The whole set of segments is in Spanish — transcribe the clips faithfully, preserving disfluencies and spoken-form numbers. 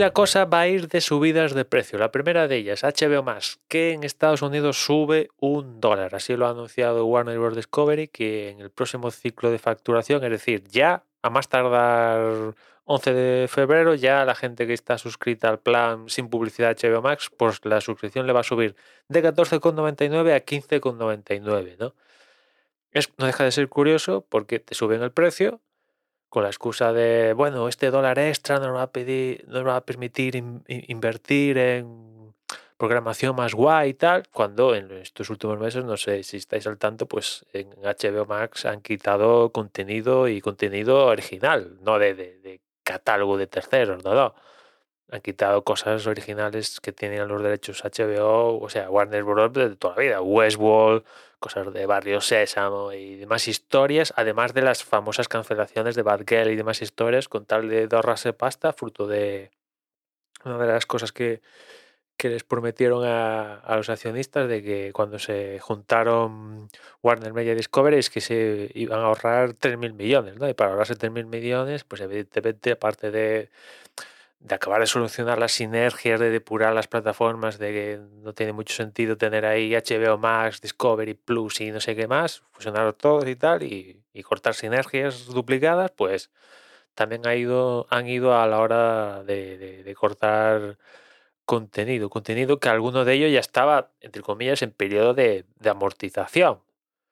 la cosa va a ir de subidas de precio. La primera de ellas, H B O Max, que en Estados Unidos sube un dólar. Así lo ha anunciado Warner Bros. Discovery, que en el próximo ciclo de facturación, es decir, ya a más tardar once de febrero, ya la gente que está suscrita al plan sin publicidad H B O Max, pues la suscripción le va a subir de catorce con noventa y nueve a quince con noventa y nueve, ¿no? Es, no deja de ser curioso porque te suben el precio con la excusa de, bueno, este dólar extra nos va a pedir, nos va a permitir in, in, invertir en programación más guay y tal, cuando en estos últimos meses, no sé si estáis al tanto, pues en H B O Max han quitado contenido y contenido original, no de, de, de catálogo de terceros, no, no. Han quitado cosas originales que tienen los derechos H B O, o sea, Warner Bros. De toda la vida, Westworld, cosas de Barrio Sésamo y demás historias, además de las famosas cancelaciones de Bad Girl y demás historias, con tal de ahorrarse pasta, fruto de una de las cosas que, que les prometieron a, a los accionistas de que cuando se juntaron Warner Media y Discovery es que se iban a ahorrar tres mil millones, ¿no? Y para ahorrarse tres mil millones, pues evidentemente, aparte de de acabar de solucionar las sinergias, de depurar las plataformas, de que no tiene mucho sentido tener ahí H B O Max, Discovery Plus y no sé qué más, fusionar todos y tal, y, y cortar sinergias duplicadas, pues también ha ido, han ido a la hora de, de, de cortar contenido, contenido que alguno de ellos ya estaba, entre comillas, en periodo de, de amortización.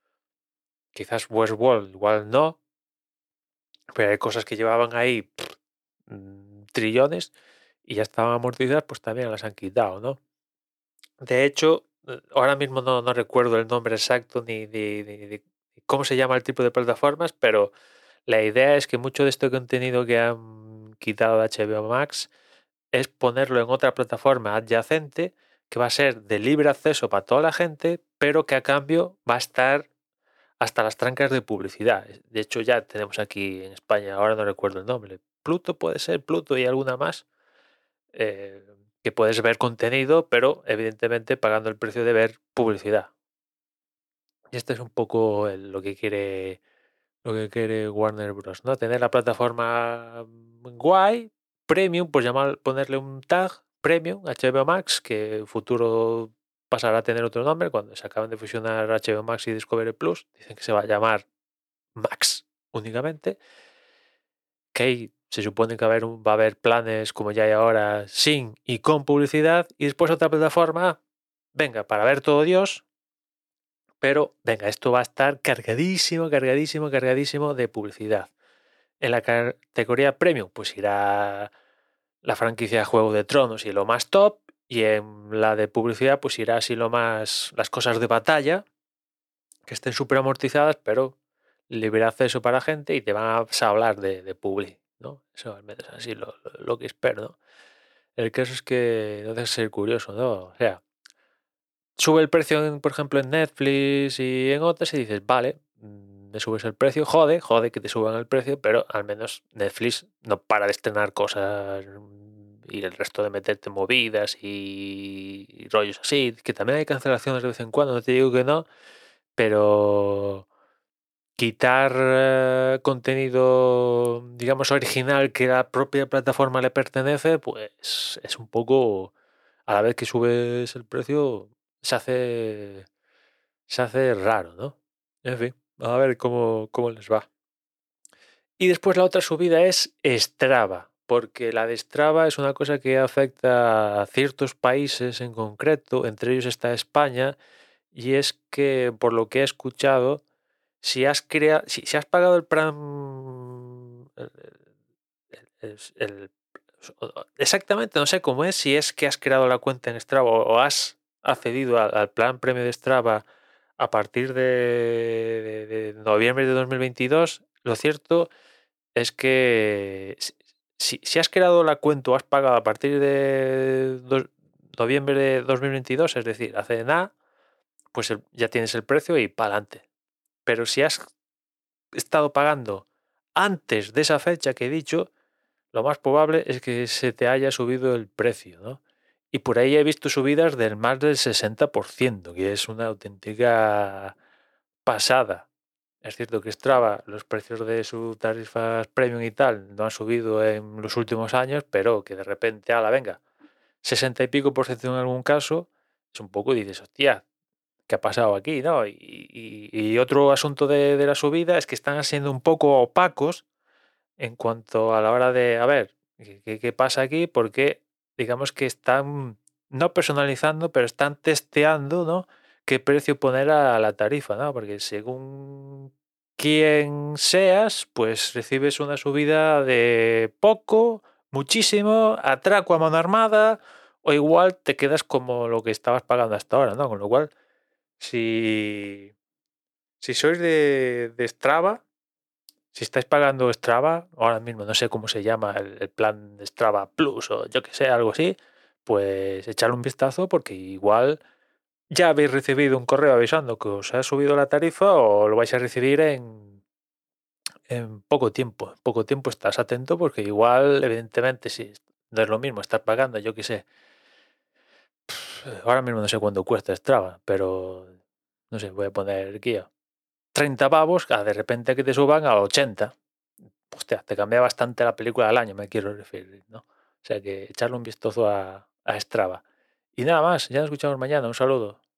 Quizás Westworld igual no, pero hay cosas que llevaban ahí pff, trillones y ya estaban amortizadas, pues también las han quitado, ¿no? De hecho, ahora mismo no, no recuerdo el nombre exacto ni, ni, ni, ni cómo se llama el tipo de plataformas, pero la idea es que mucho de este contenido que han quitado de H B O Max es ponerlo en otra plataforma adyacente que va a ser de libre acceso para toda la gente, pero que a cambio va a estar hasta las trancas de publicidad. De hecho, ya tenemos aquí en España, ahora no recuerdo el nombre, Pluto puede ser, Pluto y alguna más, eh, que puedes ver contenido, pero evidentemente pagando el precio de ver publicidad. Y este es un poco el, lo que quiere lo que quiere Warner Bros. ¿No? Tener la plataforma guay, premium, pues llamar, ponerle un tag premium, H B O Max, que en futuro pasará a tener otro nombre cuando se acaben de fusionar H B O Max y Discovery Plus. Dicen que se va a llamar Max únicamente. Que ahí se supone que va a haber, un, va a haber planes como ya hay ahora sin y con publicidad. Y después otra plataforma, venga, para ver todo Dios. Pero venga, esto va a estar cargadísimo, cargadísimo, cargadísimo de publicidad. En la categoría Premium, pues irá la franquicia de Juego de Tronos y lo más top. Y en la de publicidad, pues irá así lo más. Las cosas de batalla, que estén súper amortizadas, pero libre acceso para la gente y te van a hablar de, de publi, ¿no? Eso al menos así lo, lo, lo que espero, ¿no? El caso es que no debe ser curioso, ¿no? O sea, sube el precio, en, por ejemplo, en Netflix y en otras y dices, vale, me subes el precio, jode, jode que te suban el precio, pero al menos Netflix no para de estrenar cosas y el resto de meterte movidas y, y rollos así, que también hay cancelaciones de vez en cuando, no te digo que no, pero quitar eh, contenido, digamos, original que la propia plataforma le pertenece, pues es un poco, a la vez que subes el precio, se hace, se hace raro, ¿no? En fin, a ver cómo, cómo les va. Y después la otra subida es Strava, porque la de Strava es una cosa que afecta a ciertos países en concreto, entre ellos está España, y es que, por lo que he escuchado, si has creado, si, si has pagado el plan, el, el, el, exactamente, no sé cómo es, si es que has creado la cuenta en Strava o, o has accedido al, al plan premio de Strava a partir de, de, de noviembre de dos mil veintidós, lo cierto es que si, si has creado la cuenta o has pagado a partir de dos, noviembre de dos mil veintidós, es decir, hace nada, pues el, ya tienes el precio y para adelante. Pero si has estado pagando antes de esa fecha que he dicho, lo más probable es que se te haya subido el precio, ¿no? Y por ahí he visto subidas del más del sesenta por ciento, que es una auténtica pasada. Es cierto que Strava, los precios de sus tarifas premium y tal, no han subido en los últimos años, pero que de repente, ala, venga, sesenta y pico por ciento en algún caso, es un poco, dices, hostia, ¿qué ha pasado aquí? ¿No? Y, y- y otro asunto de, de la subida es que están siendo un poco opacos en cuanto a la hora de, a ver, ¿qué, qué- qué pasa aquí? Porque digamos que están no personalizando, pero están testeando, ¿no? Qué precio poner a la tarifa, ¿no? Porque según quién seas, pues recibes una subida de poco, muchísimo, atraco a mano armada, o igual te quedas como lo que estabas pagando hasta ahora, ¿no? Con lo cual, si, si sois de, de Strava, si estáis pagando Strava, ahora mismo no sé cómo se llama el, el plan de Strava Plus o yo que sé, algo así, pues echarle un vistazo porque igual ya habéis recibido un correo avisando que os ha subido la tarifa o lo vais a recibir en, en poco tiempo. En poco tiempo estás atento porque igual, evidentemente, si no es lo mismo estar pagando, yo que sé, ahora mismo no sé cuánto cuesta Strava, pero no sé, voy a poner guía. treinta pavos, a de repente que te suban a ochenta. Hostia, te cambia bastante la película al año, me quiero referir, ¿no? O sea que echarle un vistazo a, a Strava. Y nada más, ya nos escuchamos mañana. Un saludo.